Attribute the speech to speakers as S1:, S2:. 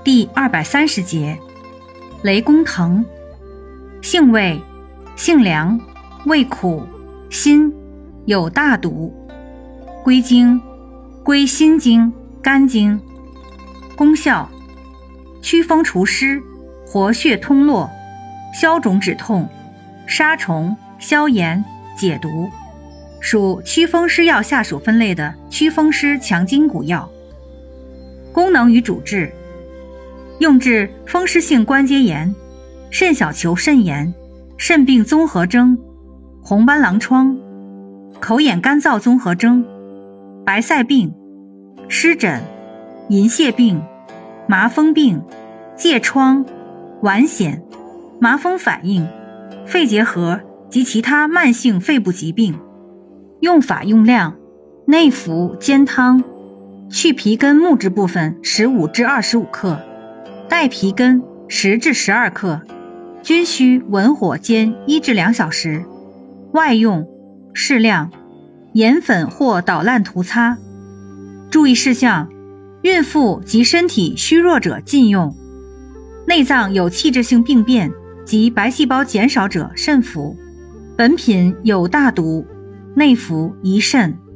S1: 第230节，雷公藤。性味：性凉，味苦，辛，有大毒。归经：归心经、肝经。功效：祛风除湿，活血通络，消肿止痛，杀虫，消炎，解毒。属祛风湿药下属分类的祛风湿强筋骨药。功能与主治：用治风湿性关节炎、肾小球肾炎、肾病综合征、红斑狼疮、口眼干燥综合征、白塞病、湿疹、银屑病、麻风病、疥疮、脘癣、麻风反应、肺结核及其他慢性肺部疾病。用法用量：内服煎汤，去皮根木质部分15至25克，带皮根10至12克，均需文火煎1至2小时。外用适量，盐粉或捣烂涂擦。注意事项：孕妇及身体虚弱者禁用，内脏有器质性病变及白细胞减少者慎服。本品有大毒，内服宜慎。